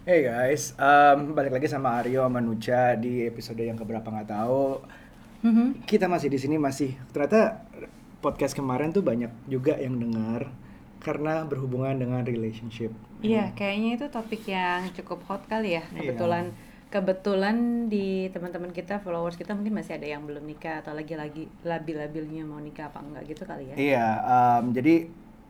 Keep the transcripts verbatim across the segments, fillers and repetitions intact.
Hey guys, um, balik lagi sama Aryo sama Nucha di episode yang keberapa nggak tahu. Mhm. Kita masih di sini masih ternyata podcast kemarin tuh banyak juga yang dengar karena berhubungan dengan relationship. Iya, Hmm. kayaknya itu topik yang cukup hot kali ya. Iya, Kebetulan kebetulan di teman-teman kita, followers kita mungkin masih ada yang belum nikah atau lagi-lagi labil-labilnya mau nikah apa enggak gitu kali ya. iya. Um, jadi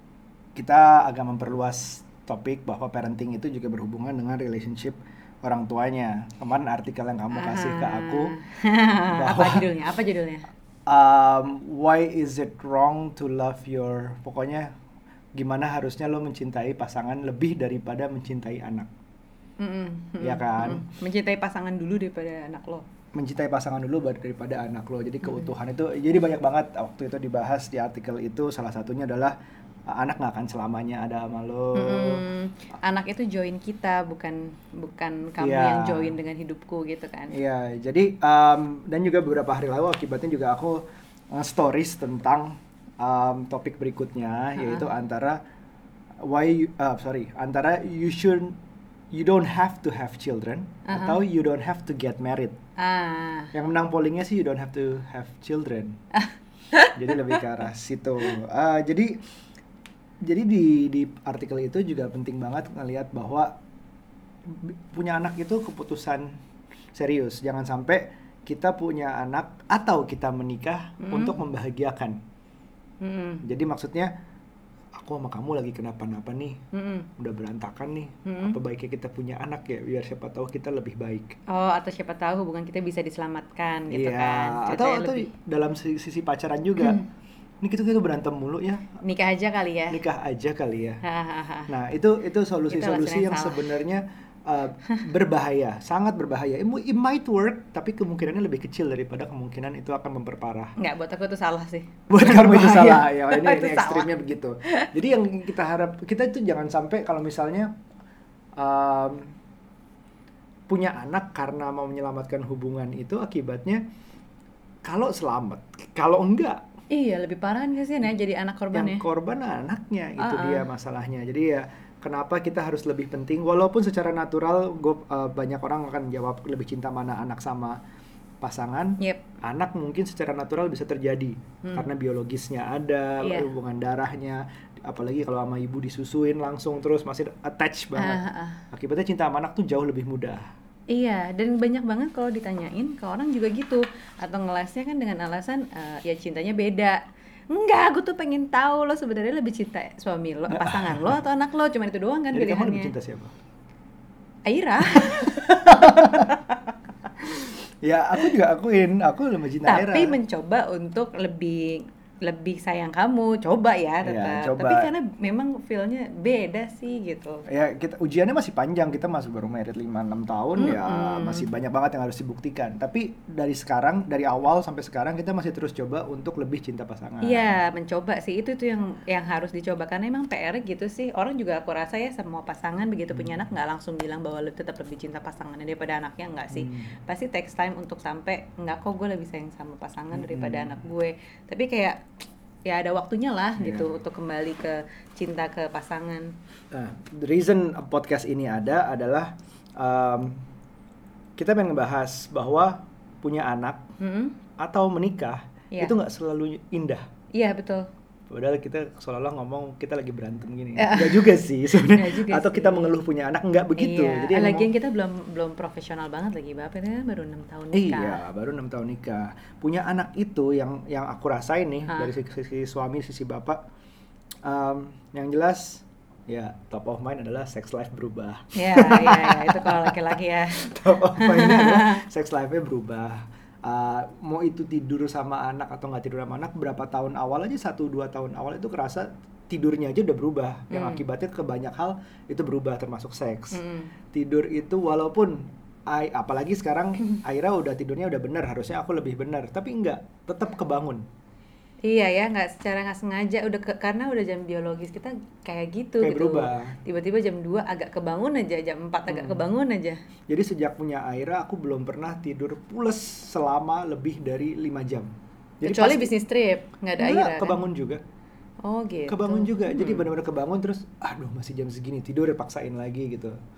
kita agak memperluas topik bahwa parenting itu juga berhubungan dengan relationship orang tuanya. Kemarin artikel yang kamu kasih ke aku Apa bahwa judulnya? Apa judulnya? um, why is it wrong to love your, pokoknya gimana harusnya lo mencintai pasangan lebih daripada mencintai anak, Mm-mm, ya mm-mm, mm-mm. kan? Mencintai pasangan dulu daripada anak lo. Mencintai pasangan dulu baru daripada anak lo. Jadi Mm-mm. keutuhan itu, jadi banyak banget waktu itu dibahas di artikel itu. Salah satunya adalah uh, anak nggak akan selamanya ada sama lo. Mm-mm. Anak itu join kita, bukan bukan kamu Iya, yang join dengan hidupku gitu kan. iya. Jadi um, dan juga beberapa hari lalu akibatnya juga aku uh, stories tentang um, topik berikutnya, Ha-ha. yaitu antara why you, uh, sorry antara you should you don't have to have children Aha. atau you don't have to get married. Ah. Yang menang pollingnya sih you don't have to have children. Jadi lebih ke arah situ. Uh, jadi jadi di di artikel itu juga penting banget ngelihat bahwa b- punya anak itu keputusan serius. Jangan sampai kita punya anak atau kita menikah Mm-mm. untuk membahagiakan. Mm-mm. Jadi maksudnya aku sama kamu lagi kenapa-napa nih, Mm-mm. udah berantakan nih, Mm-mm. apa baiknya kita punya anak ya, biar siapa tahu kita lebih baik. Oh, atau siapa tahu hubungan kita bisa diselamatkan gitu Iya, kan. atau Ceritanya atau lebih dalam si- sisi pacaran juga. Ini kita kita berantem mulu ya, nikah aja kali ya. nikah aja kali ya. Hahaha. Nah, itu itu Itu solusi-solusi alasan yang yang salah. sebenarnya uh, berbahaya, sangat berbahaya. It, mu- it might work, tapi kemungkinannya lebih kecil daripada kemungkinan itu akan memperparah. Nggak, buat aku itu salah sih. Buat Bukan kamu itu bahaya. salah ya, ini Itu ini salah. ekstrimnya begitu. Jadi yang kita harap, kita itu jangan sampai kalau misalnya um, punya anak karena mau menyelamatkan hubungan itu akibatnya kalau selamat, kalau enggak Iya, lebih parah nggak sih Nah jadi anak korban yang ya? korban anaknya, itu Ah, dia ah. masalahnya. Jadi ya kenapa kita harus lebih penting, walaupun secara natural gue uh, banyak orang akan jawab lebih cinta mana anak sama pasangan. Yep. Anak mungkin secara natural bisa terjadi Hmm. karena biologisnya ada, Iya. hubungan darahnya, apalagi kalau sama ibu disusuin langsung terus masih attach banget. Ah, ah, ah. Akibatnya cinta sama anak tuh jauh lebih mudah. Iya, dan banyak banget kalau ditanyain ke orang juga gitu. Atau ngelesnya kan dengan alasan eh, ya cintanya beda. Enggak, aku tuh pengen tahu lo sebenarnya lebih cinta suami lo, pasangan lo atau anak lo, cuman itu doang kan Jadi kamu lebih pilihannya. cinta siapa? Aira. Ya aku juga akuin, aku lebih cinta Era. Tapi mencoba untuk lebih lebih sayang kamu, coba ya Iya, tetap. coba. Tapi karena memang feel-nya beda sih gitu. Ya kita ujiannya masih panjang, kita masih baru married lima enam tahun, ya Mm-mm. masih banyak banget yang harus dibuktikan. Tapi dari sekarang, dari awal sampai sekarang kita masih terus coba untuk lebih cinta pasangan. Iya, mencoba sih itu tuh yang yang harus dicoba karena emang P R gitu sih. Orang juga aku rasa ya semua pasangan begitu punya anak nggak langsung bilang bahwa lu tetap lebih cinta pasangannya daripada anaknya, enggak sih. Hmm. Pasti takes time untuk sampai enggak kok gue lebih sayang sama pasangan daripada Mm-mm. anak gue. Tapi kayak ya ada waktunya lah Iya. gitu untuk kembali ke cinta ke pasangan. Nah, the reason podcast ini ada adalah um, kita pengen ngebahas bahwa punya anak Mm-mm. atau menikah Iya. itu nggak selalu indah. Iya betul. Padahal kita seolah-olah ngomong kita lagi berantem gini. Eh. Enggak juga sih sebenarnya. Nggak juga Atau sih. kita mengeluh punya anak, enggak begitu. Iya. Jadi yang Lagian mau- kita belum belum profesional banget lagi, Bapak ini kan baru enam tahun nikah. Iya, baru enam tahun nikah. Punya anak itu yang yang aku rasain nih Hah? dari sisi, sisi suami, sisi bapak. Um, yang jelas ya top of mind adalah sex life berubah. Iya, iya, iya, itu kalau laki-laki ya. Top of mind adalah sex life-nya berubah. Uh, mau itu tidur sama anak atau nggak tidur sama anak, berapa tahun awal aja, satu dua tahun awal itu kerasa tidurnya aja udah berubah. Yang Hmm. akibatnya ke banyak hal itu berubah termasuk seks. Mm-mm. Tidur itu walaupun Ai, apalagi sekarang Aira udah tidurnya udah bener, harusnya aku lebih bener, tapi enggak, tetap kebangun. Iya ya, nggak secara nggak sengaja udah ke, karena udah jam biologis kita kayak gitu Kayak gitu. berubah. Tiba-tiba jam dua agak kebangun aja, jam empat agak Hmm. kebangun aja. Jadi sejak punya Aira aku belum pernah tidur pules selama lebih dari lima jam. Jadi Kecuali pasti- bisnis trip, nggak ada Enggak, Aira kan. kebangun juga. Oh gitu. Kebangun juga. Jadi Hmm. benar-benar kebangun terus aduh masih jam segini, tidur ya paksain lagi gitu.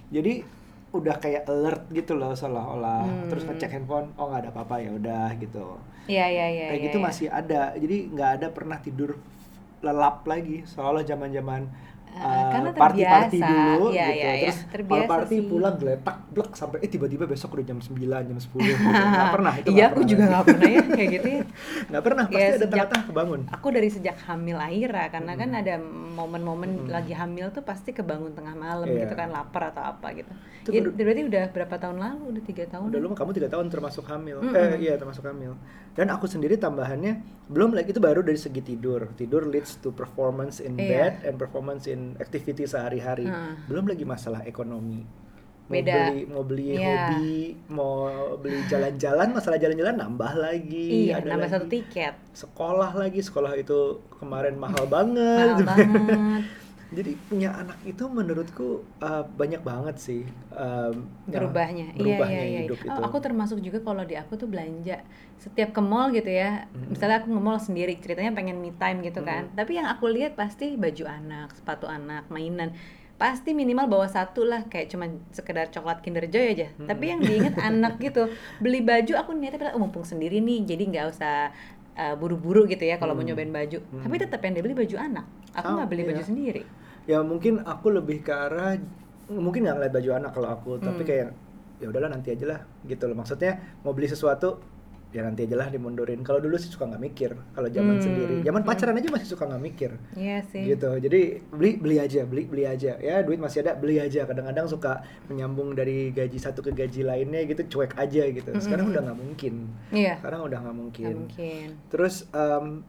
Jadi udah kayak alert gitu loh seolah-olah, Hmm. terus ngecek handphone, oh nggak ada apa-apa ya udah gitu. Iya iya iya. Kayak iya, gitu iya. masih ada, jadi nggak ada pernah tidur lelap lagi, seolah zaman-zaman Uh, uh, karena party-party terbiasa. dulu Iya gitu. iya iya. Terus kalau Terbiasa party sih. pulang geletak blek sampai eh tiba-tiba besok udah jam sembilan, jam sepuluh gitu. Nggak pernah, itu Iya, nggak aku pernah juga lagi. nggak pernah ya kayak gitu ya. Nggak pernah, Ya pasti ada sejak tengah-tengah kebangun. aku dari sejak hamil Aira karena kan Mm-mm. ada momen-momen Mm-mm. lagi hamil tuh pasti kebangun tengah malam Iya. gitu kan, lapar atau apa gitu. Itu Ya baru- berarti udah berapa tahun lalu? Udah tiga tahun. Udah lu kamu tiga tahun termasuk hamil. Mm-mm. Eh iya termasuk hamil. Dan aku sendiri tambahannya belum lagi, itu baru dari segi tidur. Tidur leads to performance in Iya. bed and performance in activity sehari-hari. Heeh. Belum lagi masalah ekonomi. Mau Beda. beli mau beli Iya. hobi, mau beli jalan-jalan, masalah jalan-jalan nambah lagi, Iya, ada nambah lagi. satu tiket. Sekolah lagi, sekolah itu kemarin mahal banget. Mahal banget. Jadi punya anak itu menurutku uh, banyak banget sih um, yang Berubahnya. berubahnya iya, iya, iya. hidup Oh, itu. aku termasuk juga kalau di aku tuh belanja setiap ke mall gitu ya. Mm-mm. Misalnya aku nge-mall sendiri, ceritanya pengen me time gitu kan. Mm-mm. Tapi yang aku lihat pasti baju anak, sepatu anak, mainan. Pasti minimal bawa satu lah, kayak cuman sekedar coklat Kinder Joy aja. Mm-mm. Tapi yang diingat anak gitu. Beli baju aku niatnya bilang, oh, mumpung sendiri nih, jadi nggak usah uh, buru-buru gitu ya kalau mau Hmm. nyobain baju. Hmm. Tapi tetap yang dibeli baju anak. Aku Oh, nggak beli iya. baju sendiri. Ya mungkin aku lebih ke arah, mungkin nggak ngeliat baju anak kalau aku, tapi Hmm. kayak ya udahlah nanti aja lah gitu loh. Maksudnya mau beli sesuatu ya nanti aja lah dimundurin. Kalau dulu sih suka nggak mikir, kalau zaman Hmm. sendiri, zaman Hmm. pacaran aja masih suka nggak mikir. Iya sih. Gitu. Jadi beli beli aja, beli beli aja. Ya duit masih ada, beli aja. Kadang-kadang suka menyambung dari gaji satu ke gaji lainnya gitu, cuek aja gitu. Sekarang Mm-mm. udah nggak mungkin. Iya. Sekarang udah nggak mungkin. Nggak mungkin. Terus em,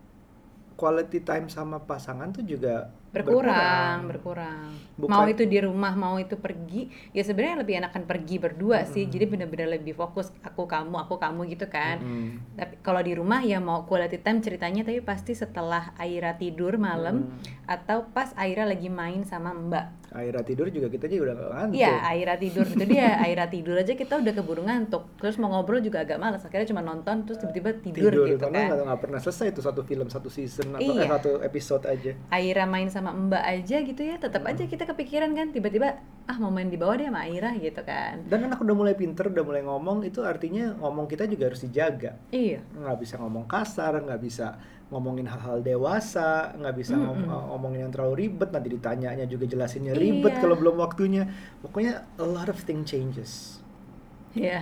quality time sama pasangan tuh juga berkurang berkurang Bukan- mau itu di rumah mau itu pergi ya sebenarnya lebih enakan pergi berdua sih, Mm-mm. jadi benar-benar lebih fokus aku kamu aku kamu gitu kan. Mm-mm. Tapi kalau di rumah ya mau quality time ceritanya, tapi pasti setelah Aira tidur malam Mm. atau pas Aira lagi main sama Mbak. Aira tidur juga kita juga udah nggak ngantuk. Iya, Aira tidur itu dia. Aira tidur aja kita udah keburu ngantuk. Terus mau ngobrol juga agak malas. Akhirnya cuma nonton terus tiba-tiba tidur, tidur gitu karena kan. nggak nggak pernah selesai itu satu film satu season atau eh, Iya. satu episode aja. Aira main sama Mbak aja gitu ya, tetap aja kita kepikiran kan, tiba-tiba ah mau main di bawah deh sama Aira gitu kan. Dan anak udah mulai pinter, udah mulai ngomong, itu artinya ngomong kita juga harus dijaga. Iya. Nggak bisa ngomong kasar, nggak bisa ngomongin hal-hal dewasa, nggak bisa ngom- Mm-mm. ngomongin yang terlalu ribet, nanti ditanyanya juga jelasinnya ribet Iya. kalau belum waktunya. Pokoknya a lot of thing changes. Iya.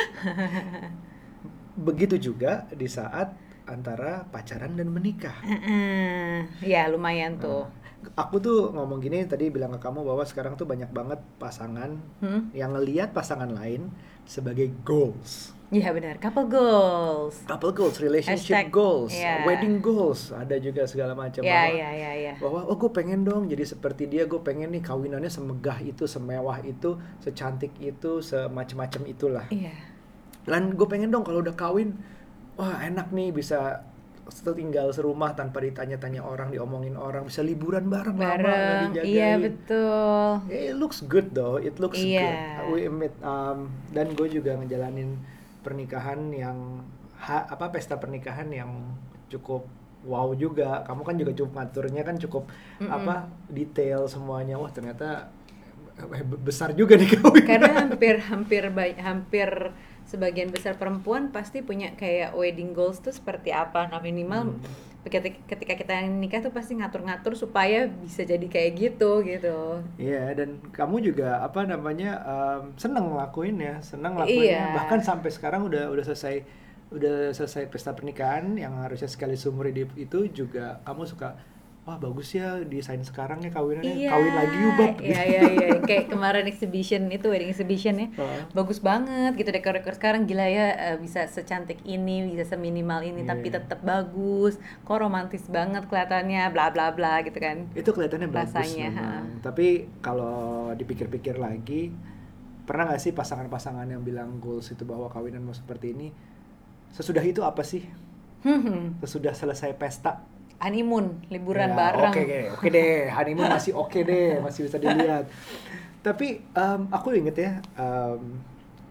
Begitu juga di saat antara pacaran dan menikah. Heeh. Ya lumayan tuh. Aku tuh ngomong gini tadi bilang ke kamu bahwa sekarang tuh banyak banget pasangan Hmm? yang ngelihat pasangan lain sebagai goals. Iya benar, couple goals. Couple goals, relationship Hashtag, goals, iya. wedding goals, ada juga segala macam. Iya bahwa, iya iya iya. bahwa oh gue pengen dong jadi seperti dia, gue pengen nih kawinannya semegah itu, semewah itu, secantik itu, semacam-macam itulah. Iya. Dan gue pengen dong kalau udah kawin, wah enak nih bisa tinggal serumah tanpa ditanya-tanya orang, diomongin orang, bisa liburan bareng lama nggak Bareng. dijagain. Iya betul. It looks good though, it looks Iya. good. We admit, um, dan gue juga ngejalanin pernikahan yang ha, apa pesta pernikahan yang cukup wow juga. Kamu kan juga cukup ngaturnya kan cukup Mm-mm. apa detail semuanya. Wah ternyata eh, besar juga nih kawin. Karena hampir hampir ba- hampir sebagian besar perempuan pasti punya kayak wedding goals tuh seperti apa. Nah minimal Hmm. ketika, ketika kita nikah tuh pasti ngatur-ngatur supaya bisa jadi kayak gitu gitu. Iya, dan kamu juga apa namanya um, seneng ngelakuinnya, seneng ngelakuinnya. Iya. Bahkan sampai sekarang udah udah selesai udah selesai pesta pernikahan yang harusnya sekali seumur hidup itu juga kamu suka, wah bagus ya desain sekarang ya kawinannya, Iya. kawin lagi yuk bab. Iya iya iya. Kayak kemarin exhibition itu wedding exhibition ya. Heeh. Bagus banget gitu, dekor-dekor sekarang gila ya, eh, bisa secantik ini, bisa seminimal ini, Iya. tapi tetap bagus. Kok romantis banget kelihatannya, bla bla bla gitu kan. Itu kelihatannya bagus Rasanya, memang. Tapi kalau dipikir-pikir lagi, pernah nggak sih pasangan-pasangan yang bilang goals itu bahwa kawinan mau seperti ini? Sesudah itu apa sih? Hmm. Sesudah selesai pesta? Honeymoon, liburan Ya, bareng. Oke deh, oke deh, honeymoon masih oke deh, masih bisa dilihat. Tapi em, aku inget ya, em,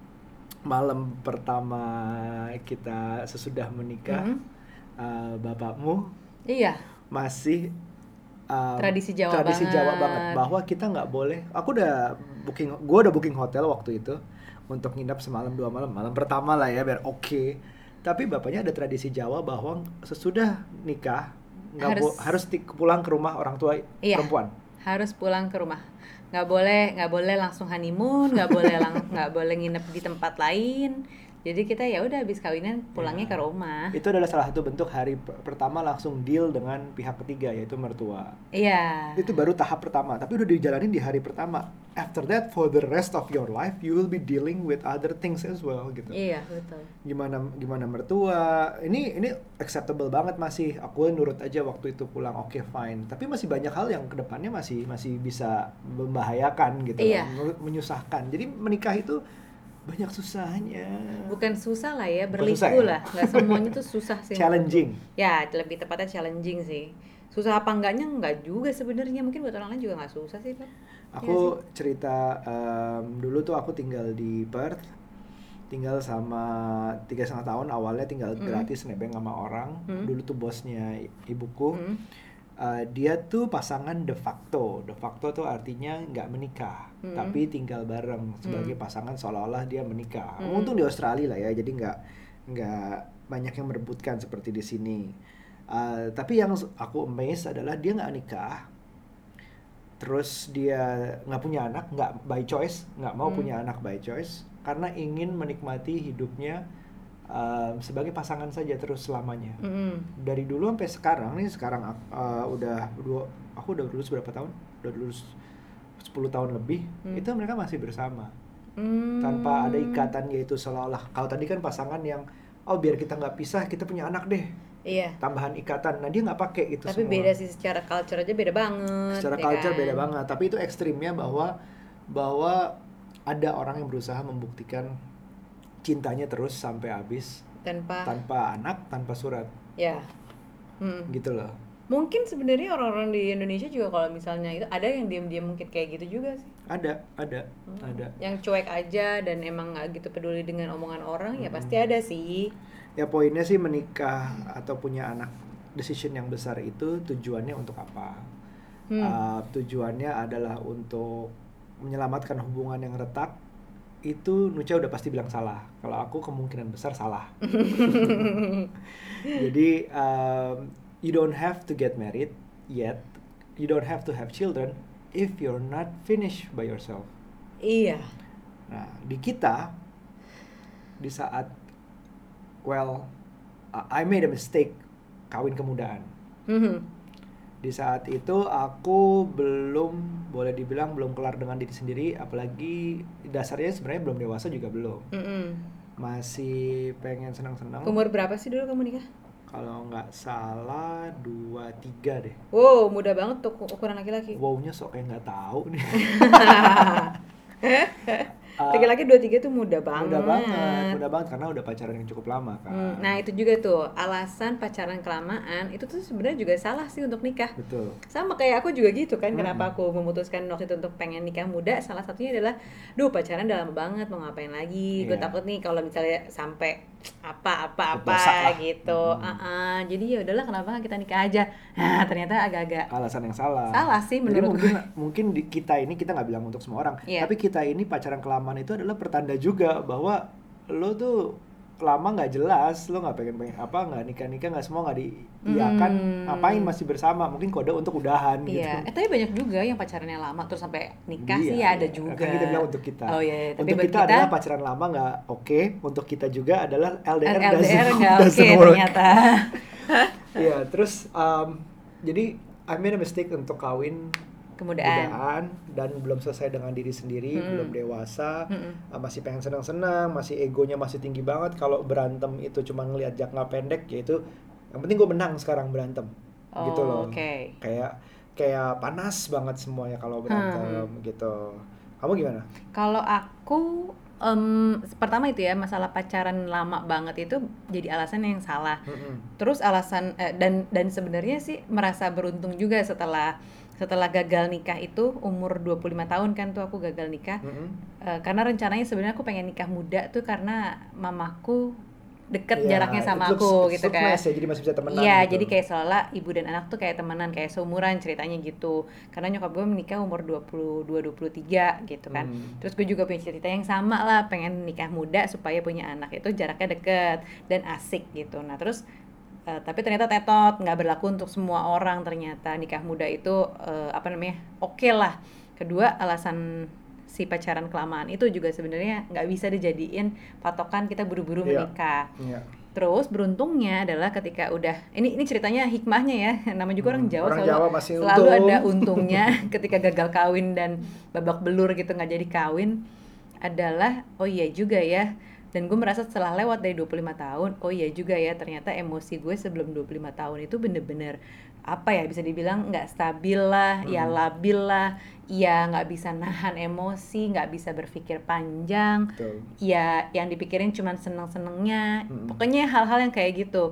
malam pertama kita sesudah menikah, Mhm. eh, bapakmu Iya. masih um, Tradisi Jawa tradisi Jawa banget banget. bahwa kita nggak boleh. Aku udah booking, gue udah booking hotel waktu itu untuk nginap semalam dua malam, malam pertama lah ya biar oke. Tapi bapaknya ada tradisi Jawa bahwa sesudah nikah nggak Harus bo- harus ti- pulang ke rumah orang tua iya, perempuan. harus pulang ke rumah. Nggak boleh nggak boleh langsung honeymoon, nggak boleh lang nggak boleh nginep di tempat lain. Jadi kita ya udah habis kawinan pulangnya Ya. ke rumah. Itu adalah salah satu bentuk hari per- pertama langsung deal dengan pihak ketiga yaitu mertua. Iya. Itu baru tahap pertama, tapi udah dijalanin di hari pertama. After that, for the rest of your life, you will be dealing with other things as well gitu. Iya, betul. Gimana gimana mertua, ini ini acceptable banget masih. Aku nurut aja waktu itu pulang, oke fine. Tapi masih banyak hal yang kedepannya masih masih bisa membahayakan gitu, Iya. menurut menyusahkan. Jadi menikah itu banyak susahnya. Bukan susah lah ya, Bukan susah berliku ya? lah. Nggak semuanya tuh susah sih. Challenging. Ya, lebih tepatnya challenging sih. Susah apa enggaknya enggak juga sebenarnya. Mungkin buat orang lain juga nggak susah sih, Pak. Aku cerita um, dulu tuh aku tinggal di Perth, tinggal sama tiga setengah tahun awalnya tinggal Mm. gratis nebeng sama orang. Mm. Dulu tuh bosnya i- ibuku. Hmm. Uh, dia tuh pasangan de facto. De facto tuh artinya nggak menikah, Mm. tapi tinggal bareng sebagai Mm. pasangan seolah-olah dia menikah. Mm. Untung di Australia lah ya, jadi nggak nggak banyak yang merebutkan seperti di sini. Uh, tapi yang aku amazed adalah dia nggak nikah, terus dia nggak punya anak, nggak by choice, nggak mau Mm. punya anak by choice, karena ingin menikmati hidupnya um, sebagai pasangan saja terus selamanya. Mm. Dari dulu sampai sekarang nih, sekarang uh, udah dua, aku udah lulus berapa tahun? Udah lulus sepuluh tahun lebih. Hmm. Itu mereka masih bersama Hmm. tanpa ada ikatan, yaitu seolah-olah kalau tadi kan pasangan yang oh biar kita nggak pisah kita punya anak deh, Iya. tambahan ikatan. Nah dia nggak pakai itu Tapi semua. beda sih, secara culture aja beda banget. Secara ya culture kan? beda banget. Tapi itu ekstrimnya bahwa bahwa ada orang yang berusaha membuktikan cintanya terus sampai habis Tanpa tanpa anak, tanpa surat, ya. Hmm. gitu loh. Mungkin sebenarnya orang-orang di Indonesia juga kalau misalnya itu ada yang diam-diam mungkin kayak gitu juga sih. Ada, ada, Hmm. ada. Yang cuek aja dan emang nggak gitu peduli dengan omongan orang, ya Hmm. pasti ada sih. Ya poinnya sih menikah atau punya anak, decision yang besar itu tujuannya untuk apa? Hmm. Uh, tujuannya adalah untuk menyelamatkan hubungan yang retak. Itu Nucha udah pasti bilang salah. Kalau aku kemungkinan besar salah. Jadi um, you don't have to get married yet. You don't have to have children if you're not finished by yourself. Iya. Nah, di kita di saat well, I made a mistake kawin kemudaan. Mhm. Di saat itu aku belum, boleh dibilang belum kelar dengan diri sendiri, apalagi dasarnya sebenarnya belum dewasa juga belum. Mm-mm. Masih pengen senang-senang. Umur berapa sih dulu kamu nikah? Kalau nggak salah dua tiga deh. Wow, muda banget tuh ukuran laki-laki. Wow-nya sok kayak nggak tahu nih. Uh, Laki-laki dua tiga tuh muda banget. Mudah banget, mudah banget karena udah pacaran yang cukup lama kan. Hmm, nah itu juga tuh alasan pacaran kelamaan itu tuh sebenarnya juga salah sih untuk nikah. Betul. Sama kayak aku juga gitu kan. Hmm. Kenapa aku memutuskan waktu itu untuk pengen nikah muda? Salah satunya adalah, duh pacaran udah lama banget, mau ngapain lagi? Gue Iya. takut nih kalau misalnya sampai apa-apa-apa Dosa lah. gitu. Hmm. Uh-uh. Jadi ya udahlah, kenapa nggak kita nikah aja? Nah ternyata agak-agak Alasan yang salah. salah sih Jadi menurut mungkin gue. mungkin di kita ini, kita nggak bilang untuk semua orang, Iya. tapi kita ini pacaran kelamaan itu adalah pertanda juga bahwa lo tuh lama nggak jelas, lo nggak pengen pengen apa, nggak nikah nikah, nggak semua nggak diiyakan, Hmm. ngapain masih bersama, mungkin kode untuk udahan gitu. Iya, eh tapi banyak juga yang pacarannya lama terus sampai nikah Iya, sih ya ada iya. juga. Kan kita bilang untuk kita. Oh iya, iya. Tapi Untuk buat kita, adalah pacaran lama nggak oke, untuk kita juga adalah L D R, L D R doesn't- nggak oke doesn't work. ternyata. Iya, terus um, jadi I made a mistake untuk kawin Kemudaan. mudaan dan belum selesai dengan diri sendiri, Hmm. belum dewasa, Mm-mm. uh, masih pengen senang-senang, masih egonya masih tinggi banget. Kalau berantem itu cuma ngelihat jangka pendek, yaitu yang penting gue menang sekarang berantem, gitu Oh, loh. oke. Kayak kayak panas banget semuanya kalau berantem gitu. Kamu gimana? Kalau aku em, pertama itu ya, masalah pacaran lama banget itu jadi alasan yang salah. Mm-mm. Terus alasan eh, dan dan sebenarnya sih merasa beruntung juga setelah setelah gagal nikah itu umur dua puluh lima tahun kan tuh aku gagal nikah. Mm-mm. Eh, karena rencananya sebenarnya aku pengen nikah muda tuh karena mamaku deket Iya, jaraknya sama it looks- aku it gitu looks kan. nice ya, jadi masih bisa temenan Iya, gitu. jadi kayak seolah ibu dan anak tuh kayak temenan, kayak seumuran ceritanya gitu. Karena nyokap gue menikah umur dua puluh dua dua puluh tiga gitu kan. Hmm. Terus gue juga punya cerita yang sama lah, pengen nikah muda supaya punya anak itu jaraknya deket dan asik gitu. Nah terus eh, tapi ternyata tetot, nggak berlaku untuk semua orang ternyata. Nikah muda itu eh, apa namanya, oke lah. Kedua, alasan si pacaran kelamaan itu juga sebenarnya nggak bisa dijadiin patokan kita buru-buru Iya. menikah. Iya. Terus beruntungnya adalah ketika udah ini ini ceritanya hikmahnya ya, nama juga orang Hmm, Jawa orang selalu, Jawa masih selalu untung. ada untungnya ketika gagal kawin dan babak belur gitu nggak jadi kawin adalah oh iya juga ya. Dan gue merasa setelah lewat dari dua puluh lima tahun, oh iya juga ya, ternyata emosi gue sebelum dua puluh lima tahun itu bener-bener apa ya, bisa dibilang nggak stabil lah, ya Hmm. labil lah, ya nggak bisa nahan emosi, nggak bisa berpikir panjang, Betul. ya yang dipikirin cuman seneng-senengnya, Mm-mm. pokoknya hal-hal yang kayak gitu.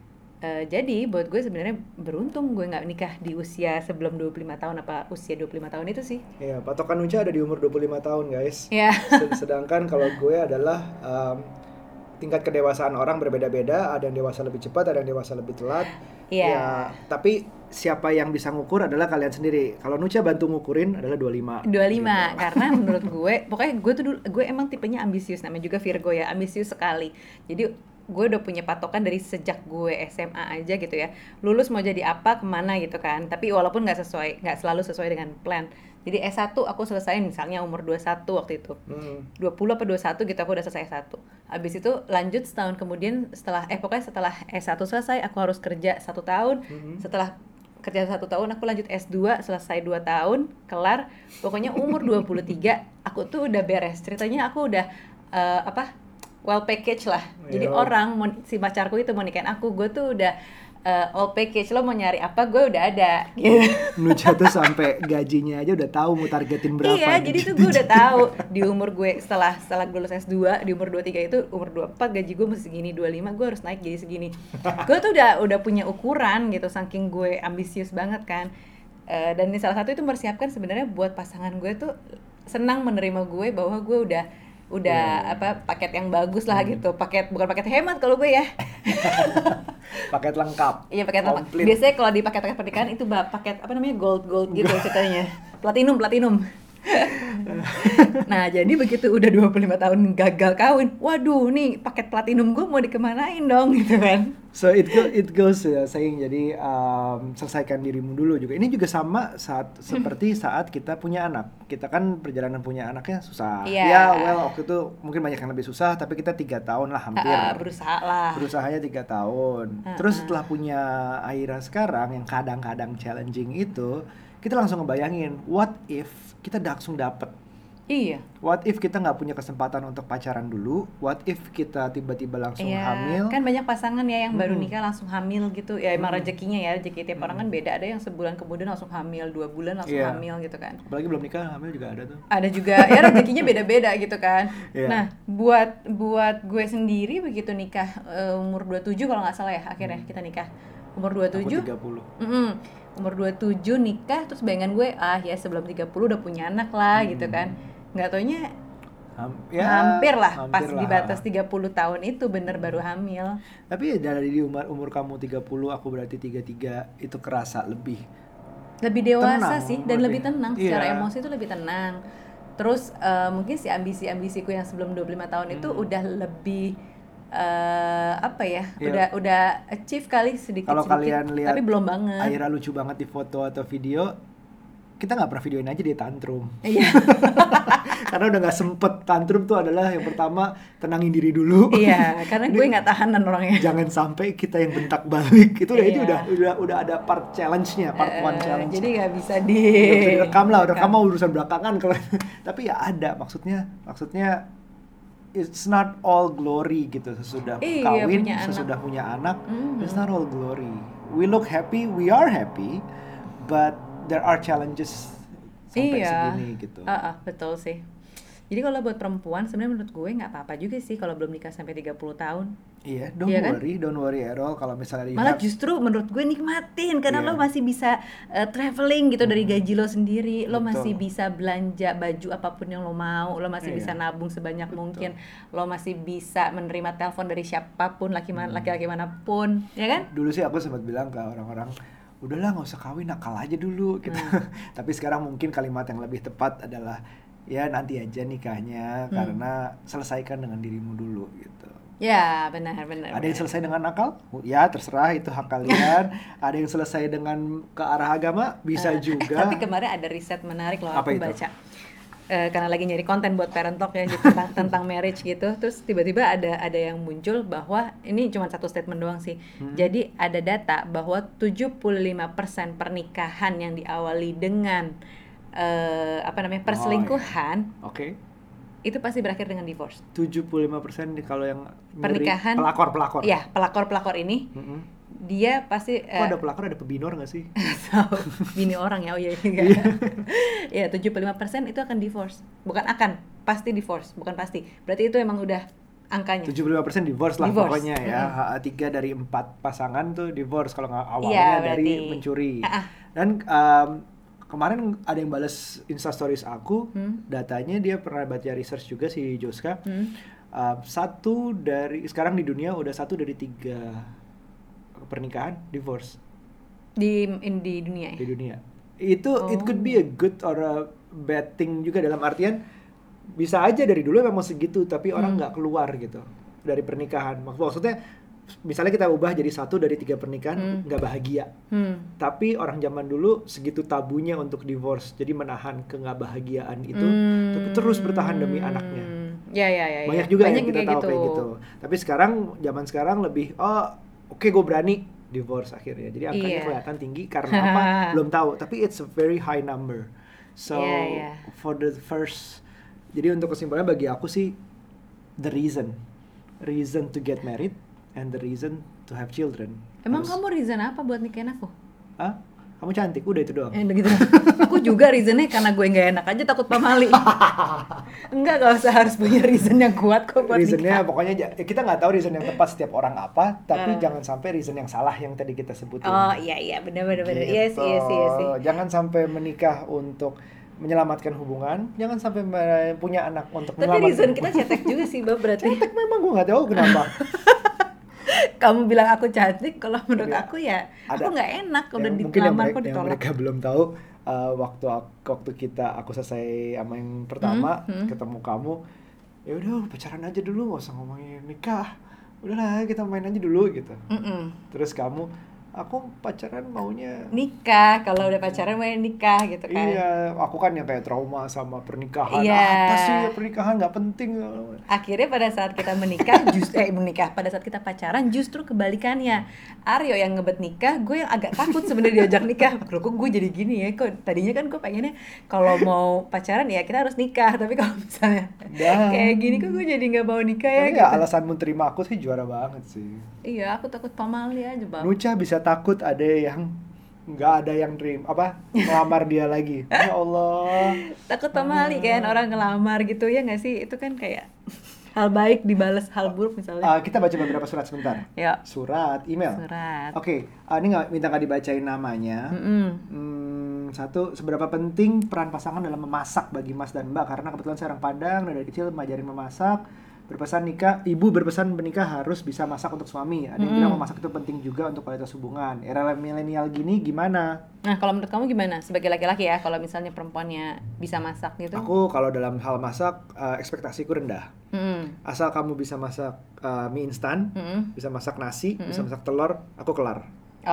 Eh, jadi buat gue sebenarnya beruntung gue nggak nikah di usia sebelum dua puluh lima tahun apa usia dua puluh lima tahun itu sih. Iya, patokan Nucha ada di umur dua puluh lima tahun, guys. Ya. Sed- Sedangkan kalau gue adalah um, tingkat kedewasaan orang berbeda-beda, ada yang dewasa lebih cepat, ada yang dewasa lebih telat. Iya. Ya, tapi siapa yang bisa ngukur adalah kalian sendiri. Kalau Nucha bantu ngukurin adalah dua puluh lima. dua puluh lima Gitu. karena menurut gue pokoknya gue tuh dulu gue emang tipenya ambisius, namanya juga Virgo ya, ambisius sekali. Jadi gue udah punya patokan dari sejak gue S M A aja gitu ya, lulus mau jadi apa, kemana gitu kan. Tapi walaupun nggak sesuai, nggak selalu sesuai dengan plan. Jadi S satu aku selesaiin misalnya umur dua puluh satu waktu itu, Hmm. dua puluh apa dua puluh satu gitu aku udah selesai S satu. Habis itu lanjut setahun kemudian setelah eh pokoknya setelah S satu selesai aku harus kerja satu tahun. Mhm. Setelah kerja satu tahun aku lanjut S dua, selesai dua tahun, kelar. Pokoknya umur dua puluh tiga aku tuh udah beres. Ceritanya aku udah eh, apa? well package lah. Jadi Iya. orang mau, si pacarku itu mau nikahin aku, gue tuh udah eh, all package, lo mau nyari apa gue udah ada gitu. Nucha tuh sampai gajinya aja udah tahu mau targetin berapa. Iya, gitu. jadi tuh gue udah tahu di umur gue setelah setelah gue lulus S dua, di umur dua puluh tiga itu, umur dua puluh empat gaji gue mesti segini, dua puluh lima gue harus naik jadi segini. Gue tuh udah udah punya ukuran gitu, saking gue ambisius banget kan. Eh, dan ini salah satu itu mempersiapkan sebenarnya buat pasangan gue tuh senang menerima gue bahwa gue udah udah Iya. apa paket yang bagus lah gitu, paket bukan paket hemat kalau gue ya. Paket lengkap. Iya paket lengkap. Komplit. Biasanya kalau di paket-paket pernikahan itu bah, paket apa namanya gold gold gitu ceritanya, platinum platinum. Nah jadi begitu udah dua puluh lima tahun gagal kawin, waduh nih paket platinum gue mau dikemanain dong gitu kan. So it go, it goes ya saying, jadi um, selesaikan dirimu dulu juga. Ini juga sama saat seperti saat kita punya anak. Kita kan perjalanan punya anaknya susah. Iya. Ya well waktu itu mungkin banyak yang lebih susah, tapi kita tiga tahun lah hampir. Ah, berusaha lah. Berusahanya tiga tahun. Ah, Terus ah. setelah punya Aira sekarang yang kadang-kadang challenging itu, kita langsung ngebayangin what if kita langsung dapet. Iya. What if kita nggak punya kesempatan untuk pacaran dulu? What if kita tiba-tiba langsung Iya, hamil? kan banyak pasangan ya yang baru Hmm. nikah langsung hamil gitu. Ya emang Hmm. rezekinya ya, rezeki tiap orang kan beda. Ada yang sebulan kemudian langsung hamil, dua bulan langsung Iya. hamil gitu kan. Apalagi belum nikah hamil juga ada tuh. Ada juga ya rezekinya beda-beda gitu kan. Iya. Nah, buat buat gue sendiri begitu nikah eh, umur dua puluh tujuh kalau nggak salah ya, akhirnya kita nikah umur dua puluh tujuh. Aku tiga puluh. Mm-mm. Umur dua puluh tujuh nikah, terus bayangan gue ah ya sebelum tiga puluh udah punya anak lah Hmm. gitu kan. Nggak taunya Ham- ya, hampir lah pas hampir di lah. batas tiga puluh tahun itu bener baru hamil. Tapi ya dari di umur umur kamu tiga puluh, aku berarti tiga puluh tiga, itu kerasa lebih. Lebih dewasa Tenang, sih dan lebih- lebih tenang secara iya. emosi itu lebih tenang. Terus eh, mungkin si ambisi-ambisiku yang sebelum dua puluh lima tahun itu Hmm. udah lebih eh, apa ya? Iya. Udah udah achieve kali sedikit Kalau sedikit, kalian lihat tapi belum banget. Aira lucu banget di foto atau video, kita nggak pernah videoin aja dia tantrum. Iya. Karena udah nggak sempet. Tantrum tuh adalah yang pertama, tenangin diri dulu. Iya, karena gue nggak tahanan orangnya. Jangan sampai kita yang bentak balik. Itu udah itu Iya. udah udah udah ada part challenge-nya, part one Eh, challenge. jadi nggak bisa di Nggak bisa direkam lah, udah rekam. kamu urusan belakangan kalau. Tapi ya ada, maksudnya maksudnya it's not all glory gitu sesudah Iya, kawin, punya anak. sesudah punya anak. Mhm. It's not all glory. We look happy, we are happy, but there are challenges sampai Iya. segini gitu. Ah, ah, betul sih. Jadi kalau buat perempuan sebenarnya menurut gue nggak apa-apa juga sih kalau belum nikah sampai tiga puluh tahun. Iya, don't Iya kan? worry, don't worry at all kalau misalnya you Malah have- justru menurut gue nikmatin karena Iya. lo masih bisa uh, traveling gitu dari gaji lo sendiri, lo Betul. masih bisa belanja baju apapun yang lo mau, lo masih Iya. bisa nabung sebanyak Betul. mungkin, lo masih bisa menerima telepon dari siapapun, laki Hmm. laki-laki manapun, ya kan? Dulu sih aku sempat bilang ke orang-orang, udahlah nggak usah kawin, nakal aja dulu gitu. Hmm. Tapi sekarang mungkin kalimat yang lebih tepat adalah ya nanti aja nikahnya, Hmm. karena selesaikan dengan dirimu dulu gitu. Ya benar benar. Ada yang benar. selesai dengan nakal? Ya terserah, itu hak kalian. Ada yang selesai dengan ke arah agama? Bisa Eh, juga. Tapi kemarin ada riset menarik loh, Apa aku itu? baca. Eh, karena lagi nyari konten buat Parent Talk ya, jadi tentang, tentang marriage gitu. Terus tiba-tiba ada ada yang muncul bahwa ini cuma satu statement doang sih. Hmm. Jadi ada data bahwa tujuh puluh lima persen pernikahan yang diawali dengan eh, apa namanya perselingkuhan Oke. itu pasti berakhir dengan divorce. tujuh puluh lima persen di- kalau yang nyuri- Pernikahan- pelakor-pelakor. Iya, pelakor-pelakor ini Mm-mm. dia pasti Kok eh, ada pelakor, ada pebinor nggak sih? tahu bini orang ya, oh iya iya. Ya, tujuh puluh lima persen itu akan divorce. Bukan akan, pasti divorce, bukan pasti. Berarti itu emang udah angkanya. tujuh puluh lima persen divorce lah Divorce. pokoknya ya. Mm-mm. Ha, tiga dari empat pasangan tuh divorce kalau nggak awalnya Iya, dari berarti. mencuri. Ah-ah. Dan um, kemarin ada yang balas instastories aku, Hmm. datanya dia pernah baca research juga si Joska. Hmm. Uh, satu dari sekarang di dunia udah satu dari tiga pernikahan divorce Di in, di dunia ya. di dunia. Itu it could be a good or a bad thing juga, dalam artian bisa aja dari dulu memang segitu tapi orang Hmm. nggak keluar gitu dari pernikahan. Mak- Maksudnya misalnya kita ubah jadi satu dari tiga pernikahan Hmm. nggak bahagia. Hmm. Tapi orang zaman dulu segitu tabunya untuk divorce, jadi menahan ke nggak bahagiaan itu, Hmm. tapi terus bertahan demi anaknya. Ya ya ya. Banyak ya. juga Banyak yang kita kayak tahu kayak gitu. Tapi sekarang zaman sekarang lebih oh oke gue berani divorce akhirnya. Jadi angkanya Iya. kelihatan tinggi karena apa? Belum tahu. Tapi it's a very high number. So Iya, iya. for the first, jadi untuk kesimpulannya bagi aku sih the reason, reason to get married and the reason to have children. Emang Harus- kamu reason apa buat nikahin aku? Hah? Kamu cantik, udah itu doang. Eh, gitu. Aku juga reasonnya karena gue nggak enak aja takut pamali. Enggak, gak usah harus punya reason yang kuat kok buat Reasonnya nikah. pokoknya ja- kita nggak tahu reason yang tepat setiap orang apa, tapi Eh. jangan sampai reason yang salah yang tadi kita sebutin. Oh iya iya benar benar benar. Iya sih iya sih iya sih. Gitu. Jangan sampai menikah untuk menyelamatkan hubungan, jangan sampai me- punya anak untuk Tapi menyelamatkan reason kita hubungan. cetek juga sih, Bab, berarti. Cetek memang, gue nggak tahu kenapa. Kamu bilang aku cantik, kalau menurut Iya. aku ya Ada- aku nggak enak udah Yang mungkin yang dilamar mereka, kok yang ditolak. mereka belum tahu, uh, waktu ak- waktu kita aku selesai sama yang pertama, Hmm, hmm. ketemu kamu, ya udah pacaran aja dulu, nggak usah ngomongin nikah, udahlah kita main aja dulu gitu. Mm-mm. Terus kamu, aku pacaran maunya Nikah, kalau udah pacaran mau nikah gitu kan. iya, aku kan yang kayak trauma sama pernikahan. Iya. Apa sih ya pernikahan nggak penting. Akhirnya pada saat kita menikah, just eh menikah, pada saat kita pacaran justru kebalikannya. Aryo yang ngebet nikah, gue yang agak takut sebenarnya diajak nikah. Loh kok gue jadi gini ya? Kok tadinya kan gue pengennya kalau mau pacaran ya kita harus nikah, tapi kalau misalnya Dan- kayak gini kok gue jadi nggak mau nikah ya Tapi gitu. ya alasanmu terima aku sih juara banget sih. Iya, aku takut pamali aja, Bang. Nucha bisa takut ada yang nggak ada yang dream apa ngelamar dia lagi. Ya Allah. Takut pamali kan orang ngelamar gitu ya nggak sih? Itu kan kayak hal baik dibalas hal buruk misalnya. Uh, kita baca beberapa surat sebentar. Ya, Surat, email. surat. Oke, uh, ini nggak minta nggak dibacain namanya. Mm-mm. Hmm, satu, seberapa penting peran pasangan dalam memasak bagi Mas dan Mbak? Karena kebetulan saya orang Padang dan dari kecil ngajarin memasak. Berpesan nikah, ibu berpesan menikah harus bisa masak untuk suami. Ada yang Mm. bilang memasak itu penting juga untuk kualitas hubungan. Era milenial gini gimana? Nah, kalau menurut kamu gimana sebagai laki-laki ya, kalau misalnya perempuannya bisa masak gitu? Aku kalau dalam hal masak, uh, ekspektasiku rendah. Mm-mm. Asal kamu bisa masak uh, mie instan, Mm-mm. bisa masak nasi, Mm-mm. bisa masak telur, aku kelar.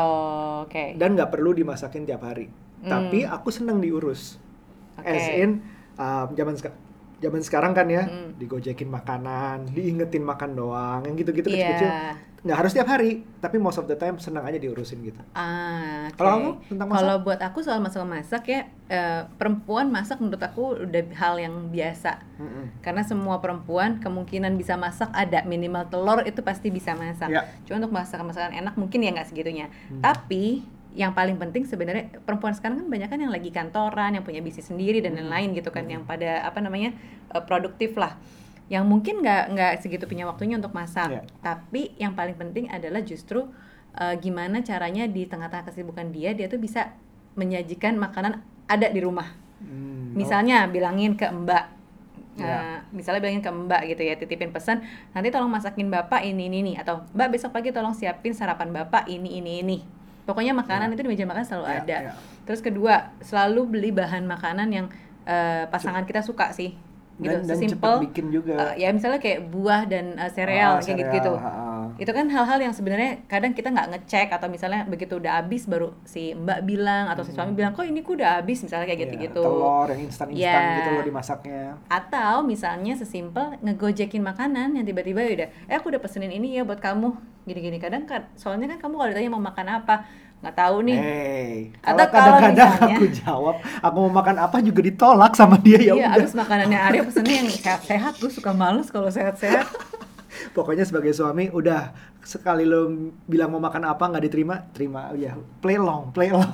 Oh, oke. Dan nggak perlu dimasakin tiap hari. Hmm. Tapi aku seneng diurus. Oke. As in, um, zaman seka- zaman sekarang kan ya, Hmm. digojekin makanan, diingetin makan doang, yang gitu-gitu Iya. kecil-kecil. Nggak harus tiap hari, tapi most of the time senang aja diurusin gitu. Ah, oke. Kalau kamu tentang masak? Kalau buat aku soal masalah masak ya, eh, perempuan masak menurut aku udah hal yang biasa. Mm-mm. Karena semua perempuan kemungkinan bisa masak ada, minimal telur itu pasti bisa masak. Ya. Cuma untuk masakan-masakan enak mungkin ya nggak segitunya. Hmm. Tapi yang paling penting sebenarnya perempuan sekarang kan banyak kan yang lagi kantoran, yang punya bisnis sendiri dan Hmm. lain-lain gitu kan, Hmm. yang pada apa namanya uh, produktif lah, yang mungkin nggak nggak segitu punya waktunya untuk masak. Yeah. Tapi yang paling penting adalah justru uh, gimana caranya di tengah-tengah kesibukan dia, dia tuh bisa menyajikan makanan ada di rumah. Hmm. Misalnya bilangin ke mbak, Ya. uh, misalnya bilangin ke mbak gitu ya, titipin pesan, nanti tolong masakin bapak ini ini ini, atau mbak besok pagi tolong siapin sarapan bapak ini ini ini. Pokoknya makanan Ya. itu di meja makan selalu Ya, ada. ya. Terus kedua, selalu beli bahan makanan yang uh, pasangan kita suka sih. Gitu, Dan, dan sesimpel cepet bikin juga. uh, ya misalnya kayak buah dan uh, sereal Ah, kayak sereal, gitu-gitu. ah, ah. Itu kan hal-hal yang sebenarnya kadang kita nggak ngecek, atau misalnya begitu udah habis baru si mbak bilang atau si suami Hmm. bilang kok ini ku udah habis misalnya kayak Ya, gitu-gitu. telur yang instan-instan Ya. gitu loh dimasaknya. Atau misalnya sesimpel ngegojekin makanan yang tiba-tiba udah, eh aku udah pesenin ini ya buat kamu, gini-gini. Kadang kan soalnya kan kamu kalau ditanya mau makan apa nggak tahu nih. Hey, Atau kalau kalau kadang-kadang misalnya- aku jawab aku mau makan apa juga ditolak sama dia, ya Iya, udah. abis makanannya Arya pesennya yang sehat-sehat, gue suka males kalau sehat-sehat. Pokoknya sebagai suami udah sekali lo bilang mau makan apa nggak diterima, terima ya, play long, play long.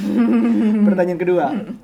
Pertanyaan kedua,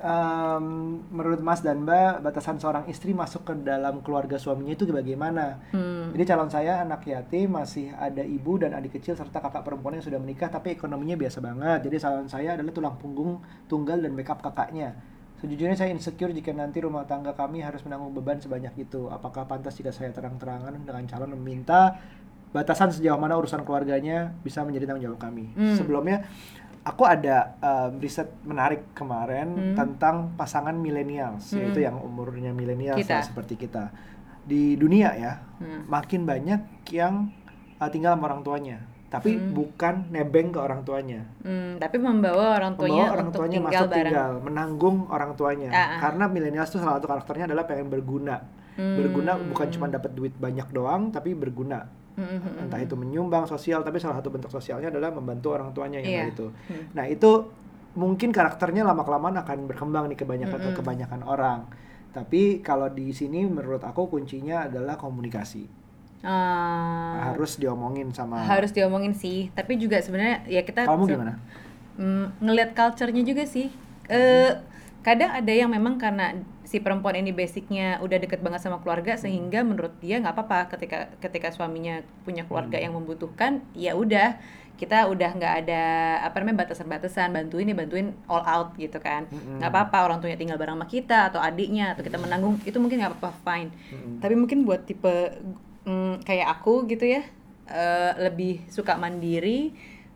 um, menurut Mas dan Mbak, batasan seorang istri masuk ke dalam keluarga suaminya itu bagaimana? Hmm. Jadi calon saya anak yatim, masih ada ibu dan adik kecil serta kakak perempuan yang sudah menikah tapi ekonominya biasa banget. Jadi calon saya adalah tulang punggung tunggal dan backup kakaknya. Sejujurnya saya insecure jika nanti rumah tangga kami harus menanggung beban sebanyak itu. Apakah pantas jika saya terang-terangan dengan calon meminta batasan sejauh mana urusan keluarganya bisa menjadi tanggung jawab kami? Hmm. Sebelumnya, aku ada um, riset menarik Hmm. kemarin tentang pasangan millennials, Hmm. yaitu yang umurnya millennials Kita. lah, seperti kita. Di dunia ya, Hmm. makin banyak yang uh, tinggal sama orang tuanya, tapi Hmm. bukan nebeng ke orang tuanya. Hmm, tapi membawa orang tuanya Membawa orang untuk tuanya tinggal masuk bareng. tinggal, menanggung orang tuanya. Ah, ah. Karena millennials tuh salah satu karakternya adalah pengen berguna. Hmm. Berguna bukan cuma dapat duit banyak doang, tapi berguna. Hmm, hmm, hmm, Entah hmm. itu menyumbang sosial, tapi salah satu bentuk sosialnya adalah membantu orang tuanya yang Iya. kayak itu. Hmm. Nah itu mungkin karakternya lama-kelamaan akan berkembang nih kebanyakan ke Mm-mm. kebanyakan orang. Tapi kalau di sini menurut aku kuncinya adalah komunikasi. Ah, Harus diomongin sama. harus diomongin sih, tapi juga sebenarnya ya kita Kamu se- gimana? mm, ngelihat culture-nya juga sih. Eh, kadang ada yang memang karena si perempuan ini basicnya udah deket banget sama keluarga, sehingga menurut dia nggak apa-apa ketika ketika suaminya punya keluarga Hmm. yang membutuhkan, ya udah kita udah nggak ada apa namanya batasan-batasan, bantuin ya bantuin all out gitu kan, Mm-mm. nggak apa-apa orang tuanya tinggal bareng sama kita atau adiknya atau kita menanggung, itu mungkin nggak apa-apa, fine. Mm-mm. Tapi mungkin buat tipe mm, kayak aku gitu ya, eh, lebih suka mandiri,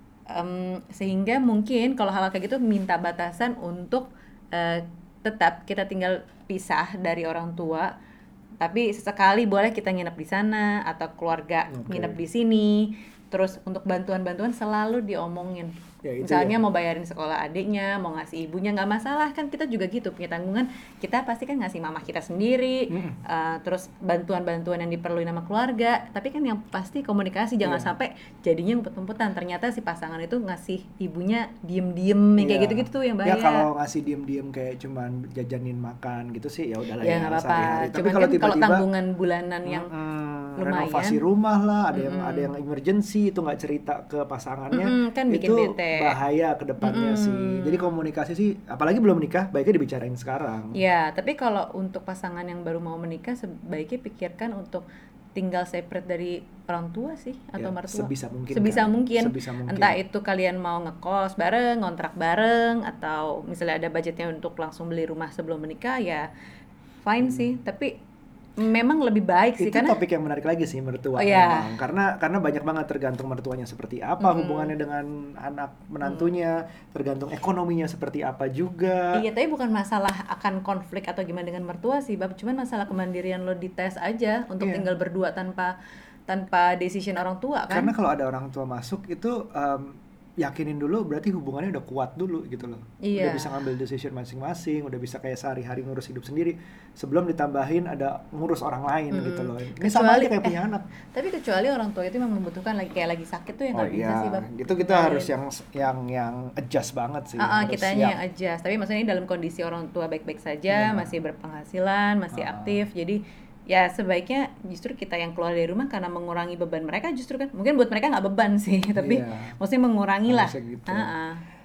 em, sehingga mungkin kalau hal kayak gitu minta batasan untuk eh, tetap kita tinggal pisah dari orang tua, tapi sesekali boleh kita nginep di sana atau keluarga Oke. nginep di sini. Terus untuk bantuan-bantuan selalu diomongin. Ya, itu Misalnya ya. mau bayarin sekolah adiknya, mau ngasih ibunya, nggak masalah kan, kita juga gitu punya tanggungan. Kita pasti kan ngasih mamah kita sendiri, Mm-mm. uh, terus bantuan-bantuan yang diperluin sama keluarga. Tapi kan yang pasti komunikasi, jangan Iya. sampai jadinya umpet-umpetan. Ternyata si pasangan itu ngasih ibunya diem-diem, yang kayak Iya. gitu-gitu tuh yang Ya bahaya. kalau ngasih diem-diem kayak cuman jajanin makan gitu sih ya udahlah Ya ya, nggak apa-apa. sehari-hari. Tapi Cuman kalau kan kalau tiba-tiba tanggungan bulanan yang mm-mm, lumayan. renovasi rumah lah, ada yang Mm-mm. ada yang emergency itu nggak cerita ke pasangannya, Mm-mm, kan bikin itu bete. bahaya ke depannya Mm-mm. sih. Jadi komunikasi sih, apalagi belum nikah, baiknya dibicarain sekarang. Ya, tapi kalau untuk pasangan yang baru mau menikah, sebaiknya pikirkan untuk tinggal separate dari orang tua sih, atau Ya, mertua. sebisa mungkin Sebisa kan. mungkin. Sebisa mungkin. Entah itu kalian mau ngekos bareng, ngontrak bareng, atau misalnya ada budgetnya untuk langsung beli rumah sebelum menikah, ya fine sih. Tapi memang lebih baik sih, Itu karena topik yang menarik lagi sih mertua Oh, iya. memang. Karena karena banyak banget tergantung mertuanya seperti apa, Mm-mm. hubungannya dengan anak menantunya, tergantung ekonominya seperti apa juga. Iya, tapi bukan masalah akan konflik atau gimana dengan mertua sih, Bab. Cuman masalah kemandirian lo dites aja untuk Iya. tinggal berdua tanpa tanpa decision orang tua kan. Karena kalau ada orang tua masuk itu em, yakinin dulu berarti hubungannya udah kuat dulu gitu loh. Iya. Udah bisa ngambil decision masing-masing, udah bisa kayak sehari-hari ngurus hidup sendiri sebelum ditambahin ada ngurus orang lain Mm-mm. gitu loh. Ini sama Kecuali- aja kayak eh, punya anak. Tapi kecuali orang tua itu memang membutuhkan lagi kayak lagi sakit tuh yang Oh nggak bisa iya, sih, Bab. gitu kita Ninggalin. harus yang yang yang adjust banget sih. Ah, ah, harus kitanya siap. yang adjust. Tapi maksudnya ini dalam kondisi orang tua baik-baik saja, Iya. masih berpenghasilan, masih Ah. aktif. Jadi ya sebaiknya justru kita yang keluar dari rumah karena mengurangi beban mereka, justru kan mungkin buat mereka nggak beban sih, tapi Iya. maksudnya mengurangi lah. Harusnya gitu. Ah, ah.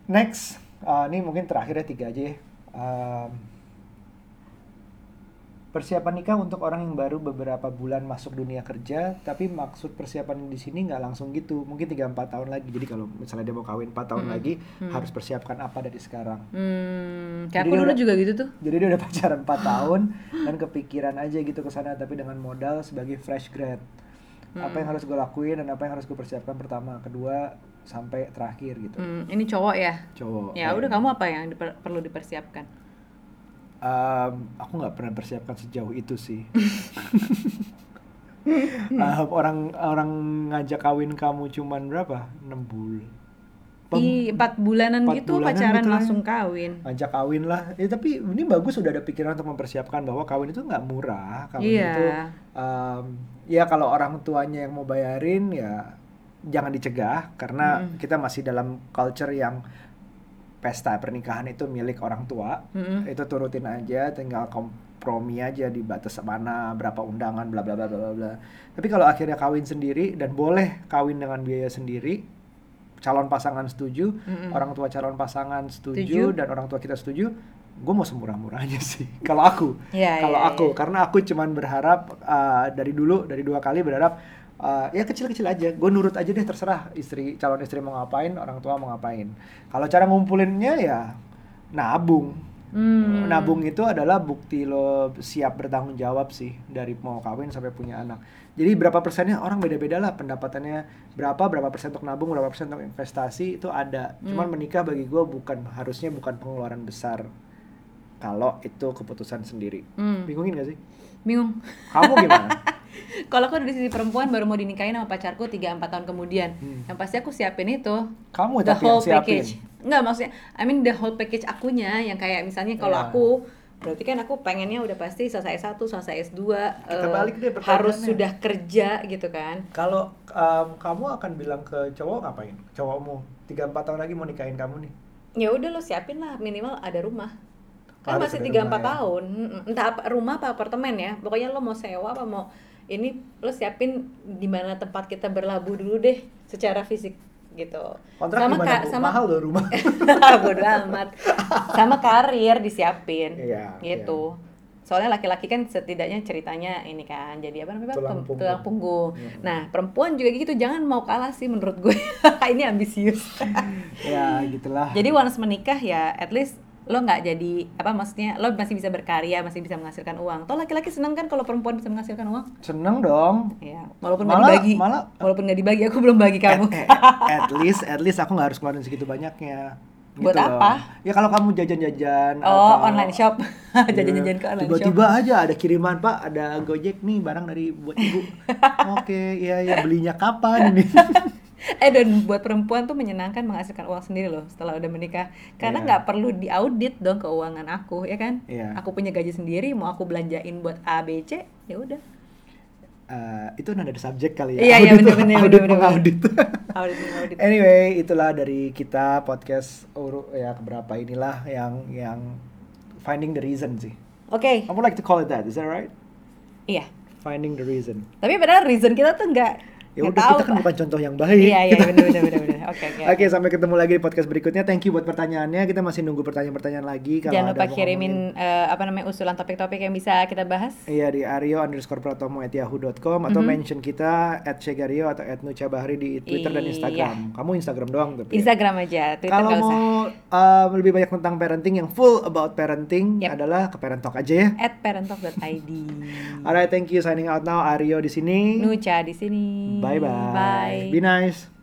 Next, uh, ini mungkin terakhir ya tiga aja ya. Um, persiapan nikah untuk orang yang baru beberapa bulan masuk dunia kerja, tapi maksud persiapan di sini nggak langsung gitu, mungkin tiga sampai empat tahun lagi. Jadi kalau misalnya dia mau kawin empat tahun Hmm, lagi, hmm. harus persiapkan apa dari sekarang. Hmm, Jadi kayak aku dia dulu udah- juga gitu tuh. Jadi dia udah pacaran empat tahun dan kepikiran aja gitu ke sana, tapi dengan modal sebagai fresh grad. Apa yang harus gue lakuin dan apa yang harus gue persiapkan pertama, kedua, sampai terakhir gitu. Hmm, ini cowok ya? Cowok. Ya udah, kamu apa yang diper- perlu dipersiapkan? Um, aku nggak pernah persiapkan sejauh itu sih. Uh, orang orang ngajak kawin kamu cuman berapa? enam bulan. Pem- Ih, empat bulanan empat gitu bulanan pacaran gitu ya. langsung kawin. Ngajak kawin lah. Ya, tapi ini bagus sudah ada pikiran untuk mempersiapkan bahwa kawin itu nggak murah. Kawin Iya. itu um, ya kalau orang tuanya yang mau bayarin ya jangan dicegah karena Mm-mm. kita masih dalam culture yang pesta pernikahan itu milik orang tua. Mm-mm. Itu turutin aja, tinggal kompromi aja di batas mana, berapa undangan, bla bla bla bla bla. Tapi kalau akhirnya kawin sendiri dan boleh kawin dengan biaya sendiri, calon pasangan setuju, Mm-mm. orang tua calon pasangan setuju, Setuju. dan orang tua kita setuju, gue mau semurah-murahnya sih. Kalau aku, Iya, kalau iya, aku, iya. karena aku cuman berharap uh, dari dulu, dari dua kali berharap uh, ya kecil-kecil aja. Gue nurut aja deh, terserah istri calon istri mau ngapain, orang tua mau ngapain. Kalau cara ngumpulinnya ya nabung. Hmm. Nabung itu adalah bukti lo siap bertanggung jawab sih dari mau kawin sampai punya anak. Jadi berapa persennya orang beda-beda lah pendapatannya, berapa berapa persen untuk nabung, berapa persen untuk investasi itu ada. Cuman menikah bagi gue bukan harusnya bukan pengeluaran besar kalau itu keputusan sendiri. Hmm. Bingungin gak sih? Bingung. Kamu gimana? Kalau aku dari sisi perempuan baru mau dinikahin sama pacarku tiga sampai empat tahun kemudian. Hmm. Yang pasti aku siapin itu. Kamu The tapi yang whole siapin. package. Enggak, maksudnya I mean the whole package akunya yang kayak misalnya kalau Iya. aku berarti kan aku pengennya udah pasti selesai S satu, selesai S dua, Kita eh, balik deh pertanyaannya. harus sudah kerja gitu kan. Kalau um, kamu akan bilang ke cowok ngapain? Cowokmu tiga empat tahun lagi mau nikahin kamu nih. Ya udah lo siapin lah minimal ada rumah. Kan Harus masih ada tiga rumah empat ya. tahun. Mm-mm. Entah apa rumah apa apartemen ya. Pokoknya lo mau sewa apa mau ini lo siapin di mana tempat kita berlabuh dulu deh secara fisik gitu. Kontrak sama gimana, ka- Bu? sama Mahal loh rumah. bodo amat. Sama karir disiapin. Iya, gitu. Soalnya laki-laki kan setidaknya ceritanya ini kan jadi apa namanya? Tulang Pem- punggung. tulang punggung. Iya. Nah, perempuan juga gitu, jangan mau kalah sih menurut gue. Ini ambisius. Ya gitulah. Jadi once menikah ya at least lo nggak jadi apa maksudnya lo masih bisa berkarya, masih bisa menghasilkan uang. Toh laki-laki seneng kan kalau perempuan bisa menghasilkan uang? Seneng dong. Ya, walaupun nggak Malah- dibagi. malah- walaupun nggak dibagi, aku belum bagi kamu. Eh, eh, at least, at least aku nggak harus keluarin segitu banyaknya. Buat loh. apa? Ya kalau kamu jajan-jajan. Oh, atau- online shop. Iya, Jajan-jajan ke online tiba-tiba shop. aja ada kiriman, Pak, ada Gojek nih barang dari buat ibu. Oke, iya ya belinya kapan ini? Eh dan buat perempuan tuh menyenangkan menghasilkan uang sendiri loh setelah udah menikah. Karena Iya. nggak perlu diaudit dong keuangan aku, ya kan? Iya. Aku punya gaji sendiri, mau aku belanjain buat A, B, C, ya udah. Eh, itu nada subjek kali ya. Iya, iya, Audit- bener-bener, audit bener-bener. mengaudit. Audit, audit. Anyway, itulah dari kita podcast uru ya keberapa inilah yang yang finding the reason sih. Oke, I would like to call it that. Is that right? iya. Finding the reason. Tapi padahal reason kita tuh nggak Ya nggak udah tahu, kita kan Pak. bukan contoh yang baik. Iya, iya, Kita- benar benar benar benar. Oke, oke. Oke, sampai ketemu lagi di podcast berikutnya. Thank you buat pertanyaannya. Kita masih nunggu pertanyaan-pertanyaan lagi. Kalau Jangan ada lupa mau kirimin ngomongin. eh, apa namanya usulan topik-topik yang bisa kita bahas. Iya di Aryo underscore Pratomo at yahoo dot com atau Mhm. mention kita at Shegario atau at Nucha Bahri di Twitter dan Iya. Instagram. Kamu Instagram doang tapi. ya? Instagram aja, Twitter Kalau nggak usah. mau uh, lebih banyak tentang parenting yang full about parenting Yep. adalah ke Parent Talk aja ya. at parentalk dot i d. Alright, thank you. Signing out now. Aryo di sini. Nucha di sini. Bye bye. Bye. Be nice.